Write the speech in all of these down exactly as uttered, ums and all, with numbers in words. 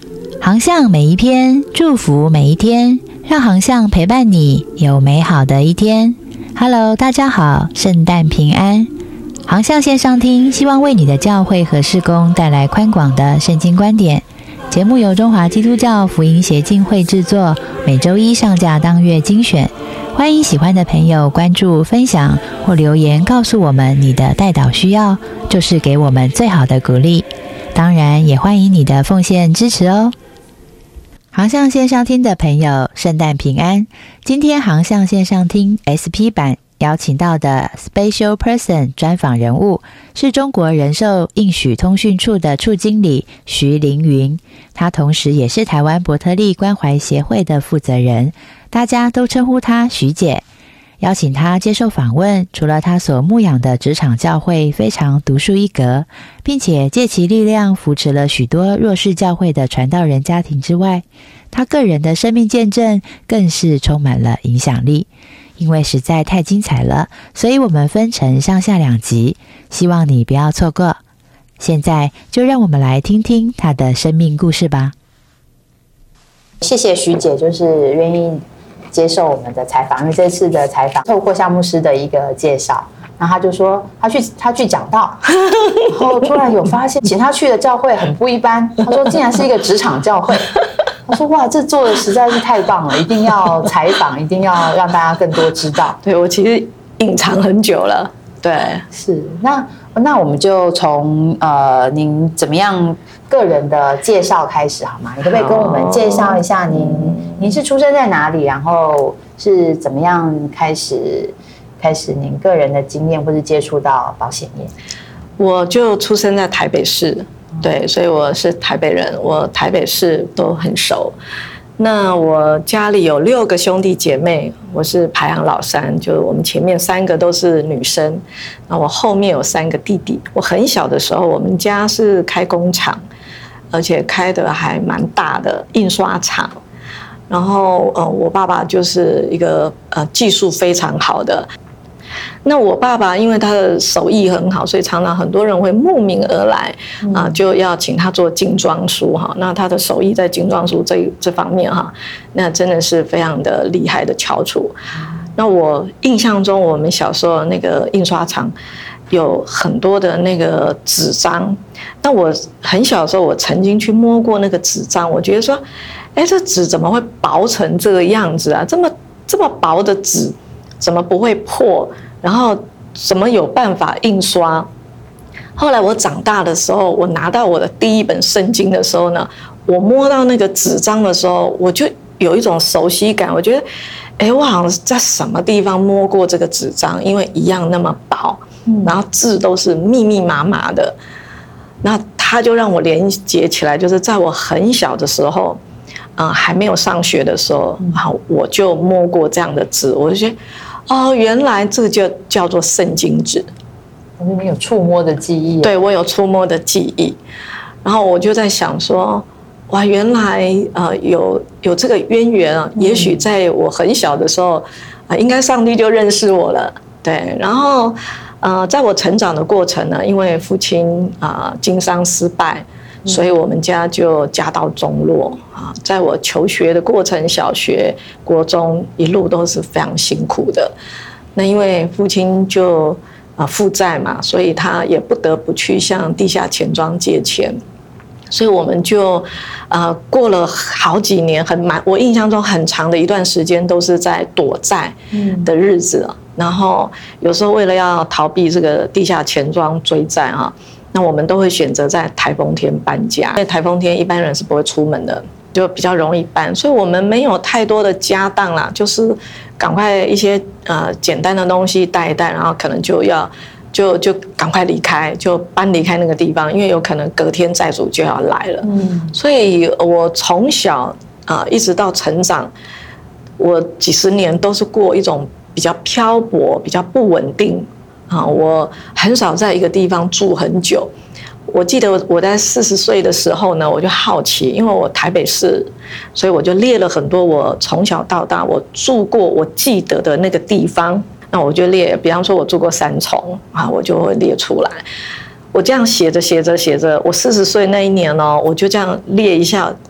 航向每一篇，祝福每一天，让航向陪伴你有美好的一天。Hello， 大家好，圣诞平安。航向线上听，希望为你的教会和事工带来宽广的圣经观点。节目由中华基督教福音协进会制作，每周一上架当月精选。欢迎喜欢的朋友关注、分享或留言告诉我们你的代祷需要，就是给我们最好的鼓励。当然，也欢迎你的奉献支持哦。航向线上听的朋友，圣诞平安。今天航向线上听 S P 版邀请到的 Special Person 专访人物是中国人寿应许通讯处的处经理徐凌云，他同时也是台湾伯特利关怀协会的负责人，大家都称呼他徐姐。邀请他接受访问，除了他所牧养的职场教会非常独树一格，并且借其力量扶持了许多弱势教会的传道人家庭之外，他个人的生命见证更是充满了影响力。因为实在太精彩了，所以我们分成上下两集，希望你不要错过。现在就让我们来听听他的生命故事吧。谢谢徐姐，就是愿意接受我们的采访，因为这次的采访透过夏牧师的一个介绍，然后他就说他去他去讲道，然后突然有发现请他去的教会很不一般，他说竟然是一个职场教会。我说哇，这做的实在是太棒了，一定要采访，一定要让大家更多知道。 对，我其实隐藏很久了。对， 是那那我们就从呃您怎么样个人的介绍开始好吗？你可不可以跟我们介绍一下您您是出生在哪里，然后是怎么样开始开始您个人的经验或是接触到保险业？ 我就出生在台北市。对，所以我是台北人，我台北市都很熟。那我家里有六个兄弟姐妹，我是排行老三，就我们前面三个都是女生，那我后面有三个弟弟。我很小的时候，我们家是开工厂，而且开的还蛮大的印刷厂。然后呃，我爸爸就是一个呃技术非常好的。那我爸爸因为他的手艺很好，所以常常很多人会慕名而来啊，就要请他做精装书哈。那他的手艺在精装书这这方面哈，那真的是非常的厉害的翘楚。那我印象中，我们小时候那个印刷厂有很多的那个纸张。那我很小的时候，我曾经去摸过那个纸张，我觉得说，哎，这纸怎么会薄成这个样子啊？这么这么薄的纸，怎么不会破？然后怎么有办法印刷？后来我长大的时候，我拿到我的第一本圣经的时候呢，我摸到那个纸张的时候，我就有一种熟悉感。我觉得，哎，我好像在什么地方摸过这个纸张，因为一样那么薄，然后字都是密密麻麻的。那它就让我连接起来，就是在我很小的时候，嗯、呃，还没有上学的时候，好，我就摸过这样的字，我就觉得。哦，原来这个就叫做圣经纸。 你有触摸的记忆？ 对，我有触摸的记忆。然后我就在想说，哇，原来呃有有这个渊源啊！也许在我很小的时候，啊、呃，应该上帝就认识我了。对，然后呃，在我成长的过程呢，因为父亲啊、呃、经商失败。所以我们家就家道中落啊，在我求学的过程，小学、国中一路都是非常辛苦的。那因为父亲就啊负债嘛，所以他也不得不去向地下钱庄借钱。所以我们就呃过了好几年，很蛮我印象中很长的一段时间都是在躲债的日子、嗯、然后有时候为了要逃避这个地下钱庄追债啊。那我们都会选择在台风天搬家，因为台风天一般人是不会出门的，就比较容易搬，所以我们没有太多的家当啦，就是赶快一些呃简单的东西带一带，然后可能就要就就赶快离开，就搬离开那个地方，因为有可能隔天债主就要来了。嗯，所以我从小啊、呃、一直到成长，我几十年都是过一种比较漂泊、比较不稳定。啊，我很少在一个地方住很久。我记得我在四十岁的时候呢，我就好奇，因为我台北市，所以我就列了很多我从小到大我住过、我记得的那个地方。那我就列，比方说我住过三重啊，我就会列出来。我这样写着写着写着，我四十岁那一年哦，我就这样列一下，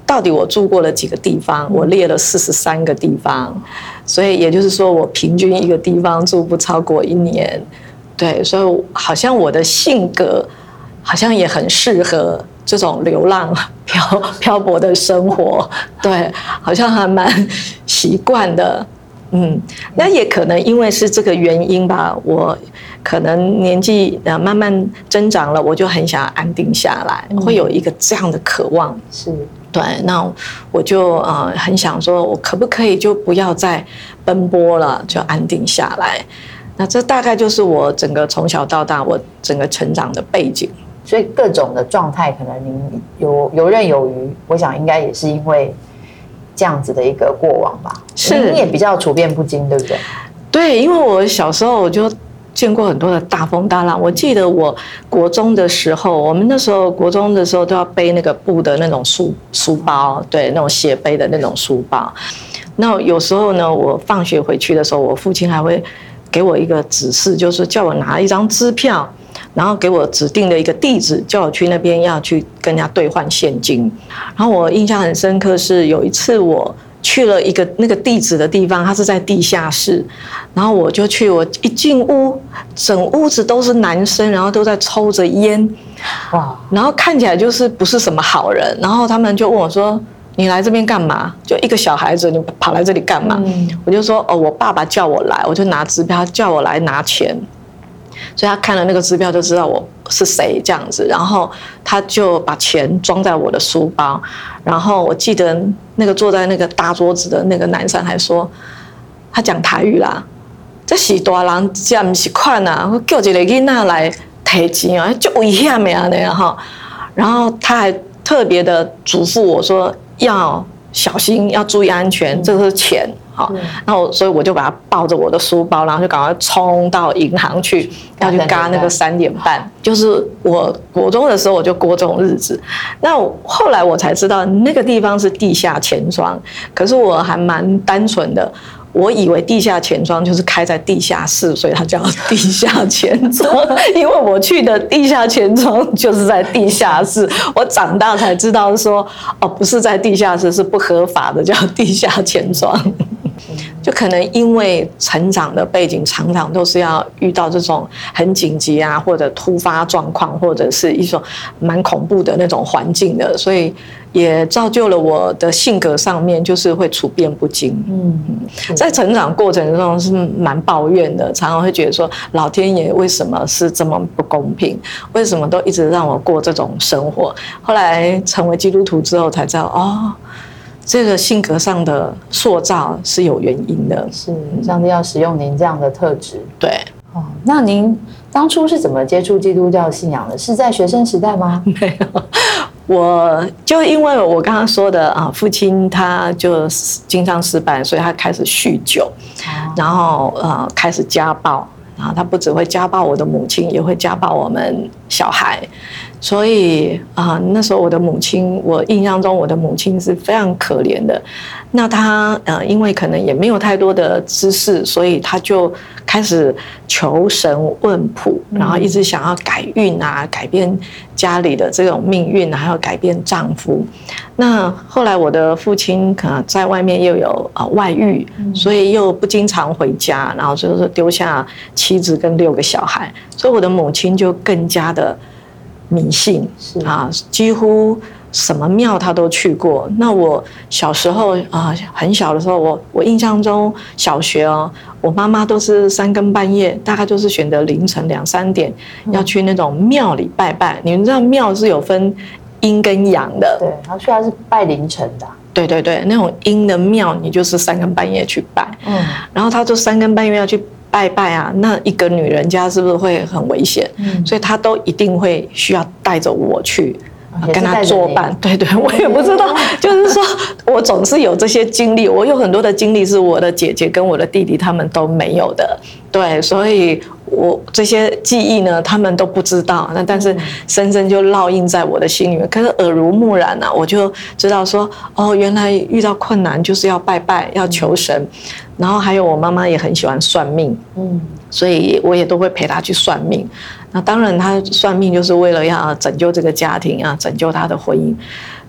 到底我住过了几个地方？我列了四十三个地方，所以也就是说，我平均一个地方住不超过一年。对，所以好像我的性格好像也很适合这种流浪漂漂泊的生活。对，好像还蛮习惯的。嗯，那也可能因为是这个原因吧，我可能年纪呃慢慢增长了，我就很想安定下来，嗯、会有一个这样的渴望。 是， 对，那我就呃很想说，我可不可以就不要再奔波了，就安定下来？那这大概就是我整个从小到大我整个成长的背景。 所以各种的状态，可能您有游刃有余，我想应该也是因为这样子的一个过往吧。是，你也比较处变不惊，对不对？ 对，因为我小时候我就见过很多的大风大浪。我记得我国中的时候，我们那时候国中的时候都要背那个布的那种书书包，对，那种斜背的那种书包。那有时候呢，我放学回去的时候，我父亲还会给我一个指示，就是叫我拿一张支票，然后给我指定的一个地址，叫我去那边要去跟人家兑换现金。然后我印象很深刻是有一次我去了一个那个地址的地方，它是在地下室，然后我就去，我一进屋，整屋子都是男生，然后都在抽着烟，哇，然后看起来就是不是什么好人，然后他们就问我说：“你来这边干嘛？就一个小孩子，你跑来这里干嘛？”嗯、我就说：“哦，我爸爸叫我来，我就拿支票叫我来拿钱。”所以他看了那个支票就知道我是谁这样子，然后他就把钱装在我的书包，然后我记得那个坐在那个大桌子的那个男生还说，他讲台语啦，这是大人，这不是款啊，我叫一个囡仔来提钱啊，就危险的啊那哈，然后他还特别的嘱咐我说要小心，要注意安全，这个是钱。好，然后所以我就把他抱着我的书包，然后就赶快冲到银行去，要去軋那个三点半。就是我国中的时候我就过这种日子，那后来我才知道那个地方是地下钱庄，可是我还蛮单纯的。我以为地下钱庄就是开在地下室，所以它叫地下钱庄。因为我去的地下钱庄就是在地下室，我长大才知道说，哦，不是在地下室，是不合法的，叫地下钱庄。就可能因为成长的背景，常常都是要遇到这种很紧急啊，或者突发状况，或者是一种蛮恐怖的那种环境的，所以也造就了我的性格上面就是会处变不惊。嗯，在成长过程中是蛮抱怨的，常常会觉得说老天爷为什么是这么不公平，为什么都一直让我过这种生活。后来成为基督徒之后才知道，哦，这个性格上的塑造是有原因的， 是上帝要使用您这样的特质。 对， 哦，那您当初是怎么接触基督教信仰的？是在学生时代吗？ 没有，我就因为我刚刚说的啊，父亲他就经商失败，所以他开始酗酒，哦、然后呃开始家暴，然后他不只会家暴我的母亲，也会家暴我们小孩。所以啊、呃，那时候我的母亲，我印象中我的母亲是非常可怜的。那她呃，因为可能也没有太多的知识，所以她就开始求神问卜，然后一直想要改运啊，改变家里的这种命运，还要改变丈夫。那后来我的父亲可能在外面又有呃外遇，所以又不经常回家，然后就是丢下妻子跟六个小孩，所以我的母亲就更加的迷信啊，几乎什么庙他都去过。那我小时候啊，很小的时候，我我印象中小学哦，我妈妈都是三更半夜，大概就是选择凌晨两三点要去那种庙里拜拜。你们知道庙是有分阴跟阳的， 对，然后去他是拜凌晨的。 对对对，那种阴的庙，你就是三更半夜去拜。嗯，然后他就三更半夜要去拜拜啊，那一个女人家是不是会很危险？嗯，所以他都一定会需要带着我去。跟他作伴，对对，我也不知道，就是说我总是有这些经历，我有很多的经历是我的姐姐跟我的弟弟他们都没有的，对，所以我这些记忆呢，他们都不知道，那但是深深就烙印在我的心里面，可是耳濡目染啊，我就知道说，哦，原来遇到困难就是要拜拜，要求神，然后还有我妈妈也很喜欢算命，嗯，所以我也都会陪她去算命。那当然，他算命就是为了要拯救这个家庭啊，拯救他的婚姻。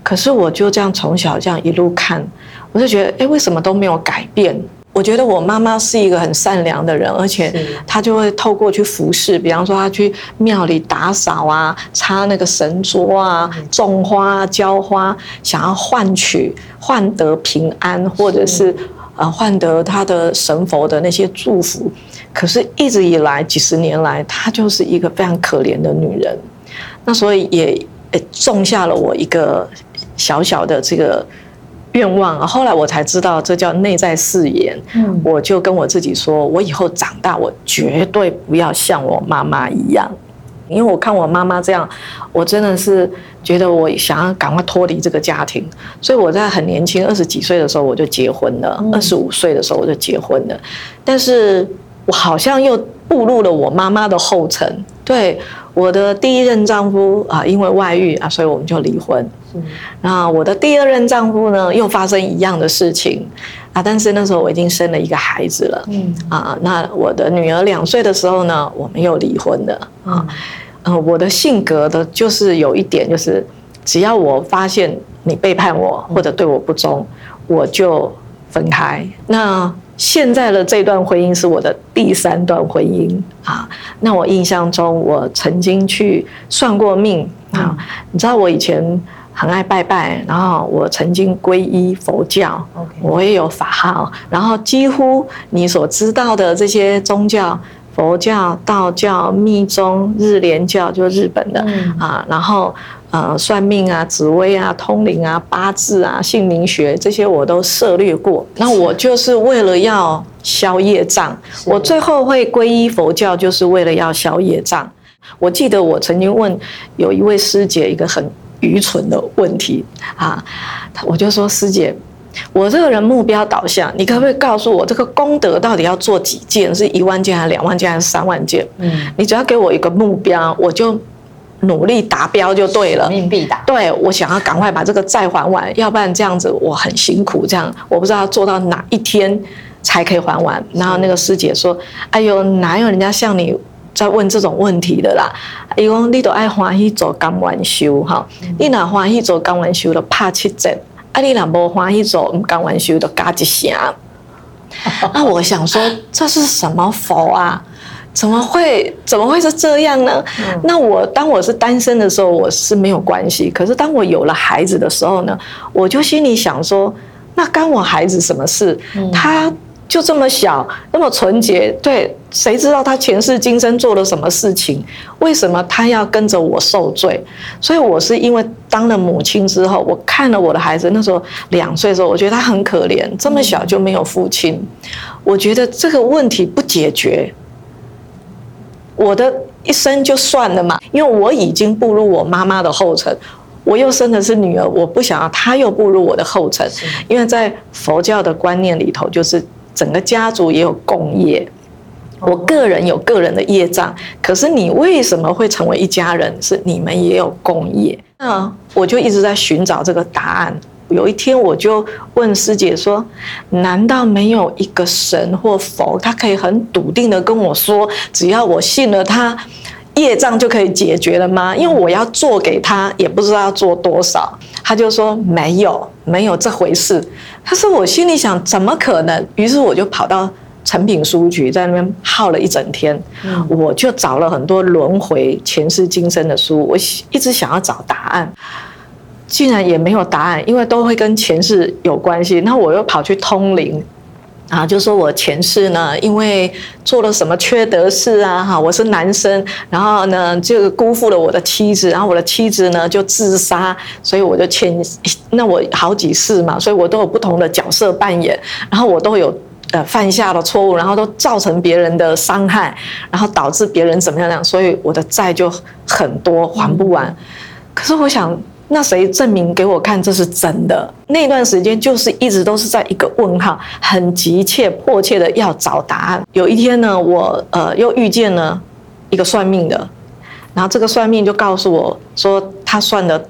可是我就这样从小这样一路看，我就觉得，哎，为什么都没有改变？我觉得我妈妈是一个很善良的人，而且她就会透过去服侍，比方说她去庙里打扫啊，擦那个神桌啊，种花、浇花，想要换取换得平安，或者是呃换得她的神佛的那些祝福。可是，一直以来几十年来，她就是一个非常可怜的女人。那所以也种下了我一个小小的这个愿望，后来我才知道这叫内在誓言。嗯，我就跟我自己说，我以后长大，我绝对不要像我妈妈一样，因为我看我妈妈这样，我真的是觉得我想要赶快脱离这个家庭，所以我在很年轻，二十几岁的时候我就结婚了，二十五岁的时候我就结婚了，但是我好像又步入了我妈妈的后尘。对，我的第一任丈夫啊，因为外遇啊，所以我们就离婚。那我的第二任丈夫呢，又发生一样的事情啊，但是那时候我已经生了一个孩子了。嗯啊，那我的女儿两岁的时候呢，我们又离婚了啊。呃，我的性格的就是有一点，就是只要我发现你背叛我或者对我不忠，我就分开。那现在的这段婚姻是我的第三段婚姻啊。那我印象中，我曾经去算过命啊。你知道我以前很爱拜拜，然后我曾经皈依佛教， okay. 我也有法号，然后几乎你所知道的这些宗教，佛教、道教、密宗、日莲教，就日本的、嗯、啊，然后呃算命啊、紫微啊、通灵啊、八字啊、姓名学这些我都涉猎过。那我就是为了要消业障，我最后会皈依佛教，就是为了要消业障。我记得我曾经问有一位师姐一个很愚蠢的问题啊，我就说师姐，我这个人目标导向，你可不可以告诉我这个功德到底要做几件？是一万件还是两万件还是三万件？嗯，你只要给我一个目标，我就努力达标就对了。 命必达。 对，我想要赶快把这个债还完，要不然这样子我很辛苦，这样我不知道要做到哪一天才可以还完。然后那个师姐说：“哎呦，哪有人家像你在问这种问题的啦？伊讲你都爱欢喜做甘愿修哈，你若欢喜做甘愿修就拍七折。”啊，你若无欢喜做，唔甘愿修，就加一声。那我想说，这是什么佛啊？怎么会怎么会是这样呢？嗯、那我当我是单身的时候，我是没有关系。可是当我有了孩子的时候呢，我就心里想说，那干我孩子什么事？嗯、他就这么小，那么纯洁，对，谁知道他前世今生做了什么事情？为什么他要跟着我受罪？所以我是因为当了母亲之后，我看了我的孩子，那时候两岁的时候，我觉得他很可怜，这么小就没有父亲。我觉得这个问题不解决，我的一生就算了嘛，因为我已经步入我妈妈的后尘。我又生的是女儿，我不想要她又步入我的后尘，因为在佛教的观念里头，就是整个家族也有共业，我个人有个人的业障，可是你为什么会成为一家人？是你们也有共业。那我就一直在寻找这个答案。有一天我就问师姐说：“难道没有一个神或佛，他可以很笃定的跟我说，只要我信了他，业障就可以解决了吗？因为我要做给他，也不知道要做多少。”他就说没有，没有这回事。他说我心里想，怎么可能？于是我就跑到诚品书局，在那边耗了一整天。嗯、我就找了很多轮回前世今生的书，我一直想要找答案，竟然也没有答案，因为都会跟前世有关系。那我又跑去通灵。啊，就说我前世呢，因为做了什么缺德事啊，哈，我是男生，然后呢就辜负了我的妻子，然后我的妻子呢就自杀，所以我就欠，那我好几世嘛，所以我都有不同的角色扮演，然后我都有呃犯下了错误，然后都造成别人的伤害，然后导致别人怎么样样，所以我的债就很多，还不完。可是我想，那谁证明给我看这是真的？那段时间就是一直都是在一个问号，很急切迫切的要找答案。有一天呢，我呃又遇见了一个算命的，然后这个算命就告诉我说，他算的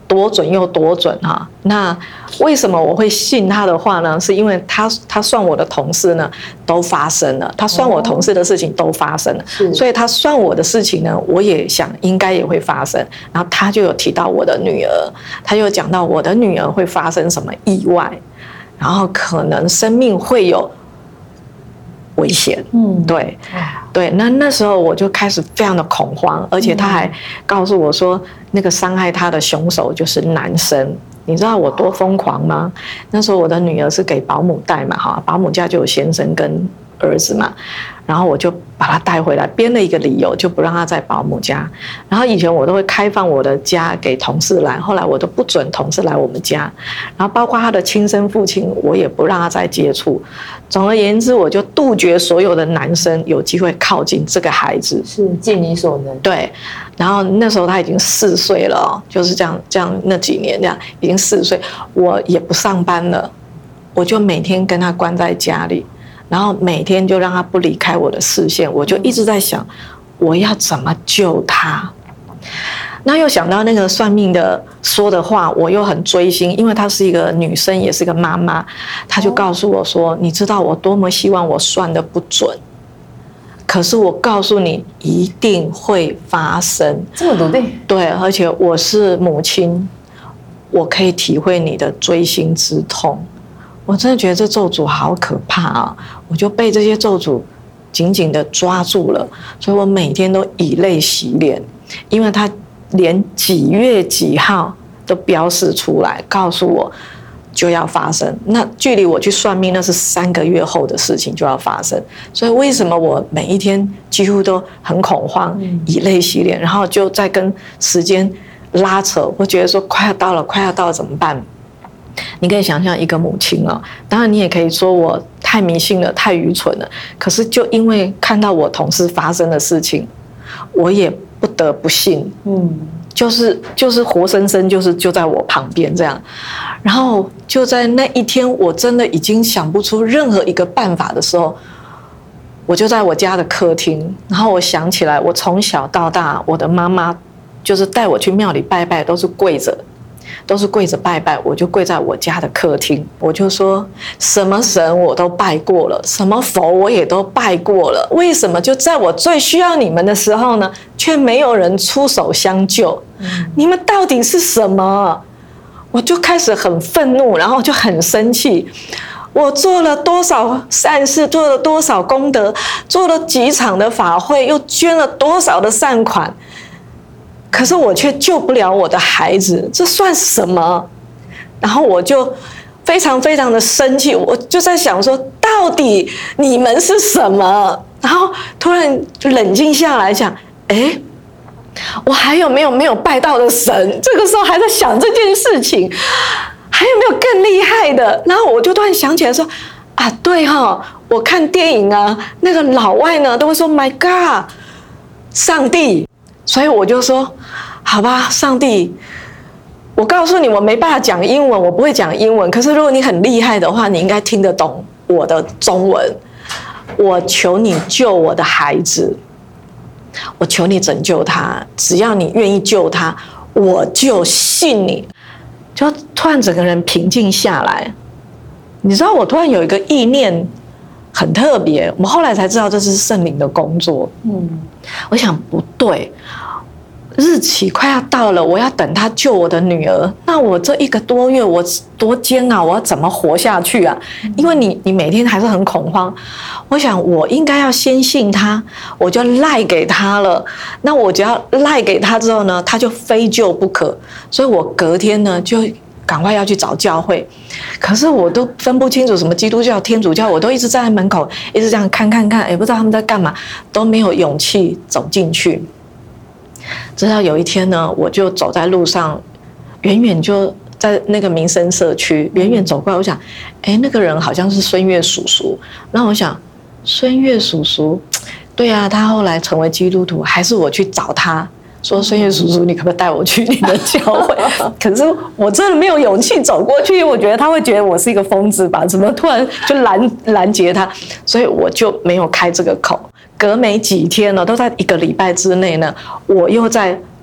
多准又多准哈。那为什么我会信他的话呢？是因为他他算我的同事呢都发生了，他算我同事的事情都发生了，哦、所以他算我的事情呢，我也想应该也会发生。然后他就有提到我的女儿，他又讲到我的女儿会发生什么意外，然后可能生命会有危险。嗯，对。对，那那时候我就开始非常的恐慌，而且他还告诉我说，那个伤害他的凶手就是男生。你知道我多疯狂吗？那时候我的女儿是给保姆带嘛，哈，保姆家就有先生跟儿子嘛，然后我就把他带回来，编了一个理由就不让他在保姆家。然后以前我都会开放我的家给同事来，后来我都不准同事来我们家，然后包括他的亲生父亲，我也不让他再接触。总而言之，我就杜绝所有的男生有机会靠近这个孩子， 是尽你所能。 对，然后那时候他已经四岁了、哦，就是这样，这样那几年这样已经四岁，我也不上班了，我就每天跟他关在家里。然后每天就让他不离开我的视线，我就一直在想，我要怎么救他。那又想到那个算命的说的话，我又很追星，因为她是一个女生，也是个妈妈，她就告诉我说：“你知道我多么希望我算得不准，可是我告诉你，一定会发生。” 这么笃定？ 对，而且我是母亲，我可以体会你的锥心之痛。我真的觉得这咒诅好可怕啊！我就被这些咒诅紧紧的抓住了，所以我每天都以泪洗脸，因为他连几月几号都标示出来，告诉我就要发生。那距离我去算命，那是三个月后的事情就要发生。所以为什么我每一天几乎都很恐慌，以泪洗脸，然后就在跟时间拉扯，我觉得说快要到了，快要到了怎么办？你可以想象一个母亲哦，当然你也可以说我太迷信了，太愚蠢了。可是就因为看到我同事发生的事情，我也不得不信。嗯，就是就是活生生就是就在我旁边这样。然后就在那一天，我真的已经想不出任何一个办法的时候，我就在我家的客厅，然后我想起来，我从小到大，我的妈妈就是带我去庙里拜拜，都是跪着。都是跪着拜拜，我就跪在我家的客厅，我就说什么神我都拜过了，什么佛我也都拜过了，为什么就在我最需要你们的时候呢，却没有人出手相救？你们到底是什么？我就开始很愤怒，然后就很生气。我做了多少善事，做了多少功德，做了几场的法会，又捐了多少的善款，可是我却救不了我的孩子，这算什么？然后我就非常非常的生气，我就在想说，到底你们是什么？然后突然就冷静下来讲，哎，我还有没有没有拜到的神？这个时候还在想这件事情，还有没有更厉害的？然后我就突然想起来说，啊，对哈、哦，我看电影啊，那个老外呢都会说 My God， 上帝。所以我就说，好吧，上帝，我告诉你，我没办法讲英文，我不会讲英文。可是如果你很厉害的话，你应该听得懂我的中文。我求你救我的孩子，我求你拯救他，只要你愿意救他，我就信你。就突然整个人平静下来。你知道，我突然有一个意念很特别，我们后来才知道这是圣灵的工作。嗯，我想不对，日期快要到了，我要等他救我的女儿。那我这一个多月，我多煎熬，我要怎么活下去啊？因为你，你每天还是很恐慌。我想，我应该要先信他，我就赖给他了。那我只要赖给他之后呢，他就非救不可。所以我隔天呢，就赶快要去找教会。可是我都分不清楚什么基督教、天主教，我都一直站在门口，一直这样看看看，也不知道他们在干嘛，都没有勇气走进去。直到有一天呢，我就走在路上，远远就在那个民生社区，远远走过来，我想，哎，那个人好像是孙越叔叔。然后我想，孙越叔叔，对啊，他后来成为基督徒，还是我去找他。说孙越叔叔，你可不可以带我去你的教会？可是我真的没有勇气走过去，我觉得他会觉得我是一个疯子吧？怎么突然就拦拦截他？所以我就没有开这个口。隔没几天了，都在一个礼拜之内呢，我又在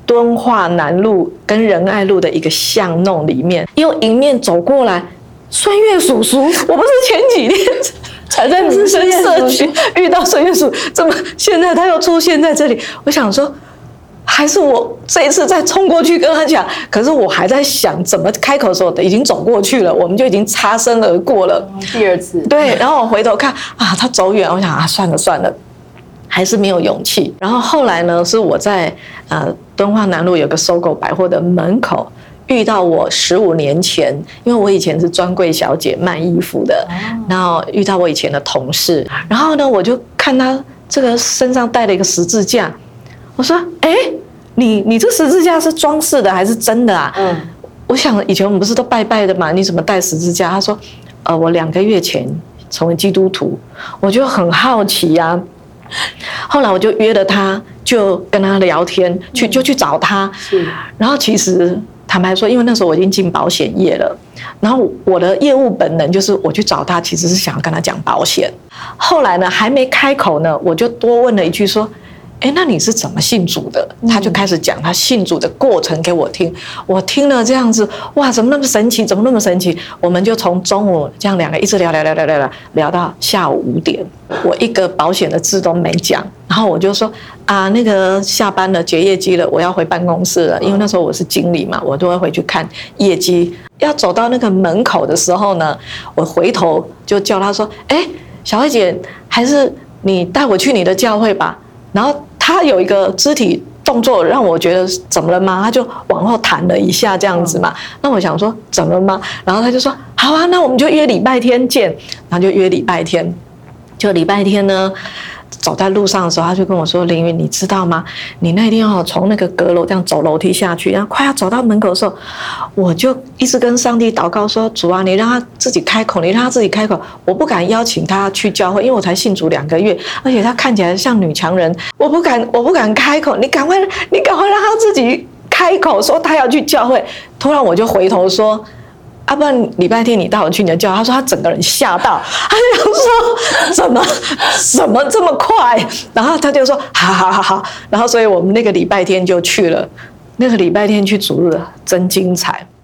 敦化南路跟仁爱路的一个巷弄里面，因为迎面走过来，孙越叔叔，我不是前几天才在民生社区遇到孙越叔，怎么现在他又出现在这里？我想说，还是我这一次再冲过去跟他讲，可是我还在想怎么开口的时候，已经走过去了，我们就已经擦身而过了。 第二次， 对，然后我回头看啊，他走远，我想啊，算了算了。还是没有勇气。然后后来呢，是我在呃敦化南路有个搜狗百货的门口遇到我十五年前，因为我以前是专柜小姐卖衣服的，然后遇到我以前的同事，然后呢，我就看他这个身上带了一个十字架，我说：“哎，你你这十字架是装饰的还是真的啊？”嗯，我想以前我们不是都拜拜的嘛，你怎么带十字架？他说：“呃，我两个月前成为基督徒。”我就很好奇呀、啊。后来我就约了他，就跟他聊天，去就去找他。然后其实坦白说，因为那时候我已经进保险业了，然后我的业务本能就是我去找他，其实是想要跟他讲保险。后来呢，还没开口呢，我就多问了一句说：“哎，那你是怎么信主的？”他就开始讲他信主的过程给我听。我听了这样子，哇，怎么那么神奇？怎么那么神奇？我们就从中午这样两个一直聊聊聊聊聊聊聊到下午五点。我一个保险的字都没讲，然后我就说啊，那个下班了，结业绩了，我要回办公室了。因为那时候我是经理嘛，我都会回去看业绩。要走到那个门口的时候呢，我回头就叫他说：“哎，小慧姐，还是你带我去你的教会吧。”然后他有一个肢体动作让我觉得怎么了吗？他就往后弹了一下这样子嘛。那我想说怎么了吗？然后他就说好啊，那我们就约礼拜天见。然后就约礼拜天。就礼拜天呢，走在路上的时候，他就跟我说：“凌云，你知道吗？你那天哦，从那个阁楼这样走楼梯下去，然后快要走到门口的时候，我就一直跟上帝祷告说：主啊，你让他自己开口，你让他自己开口。我不敢邀请他去教会，因为我才信主两个月，而且他看起来像女强人，我不敢，我不敢开口。你赶快，你赶快让他自己开口说他要去教会。突然我就回头说。”啊，不然礼拜天你带我去你的教会。他说他整个人吓到，他就说怎么怎么这么快？然后他就说好好好好。然后所以我们那个礼拜天就去了，那个礼拜天去主日真精彩。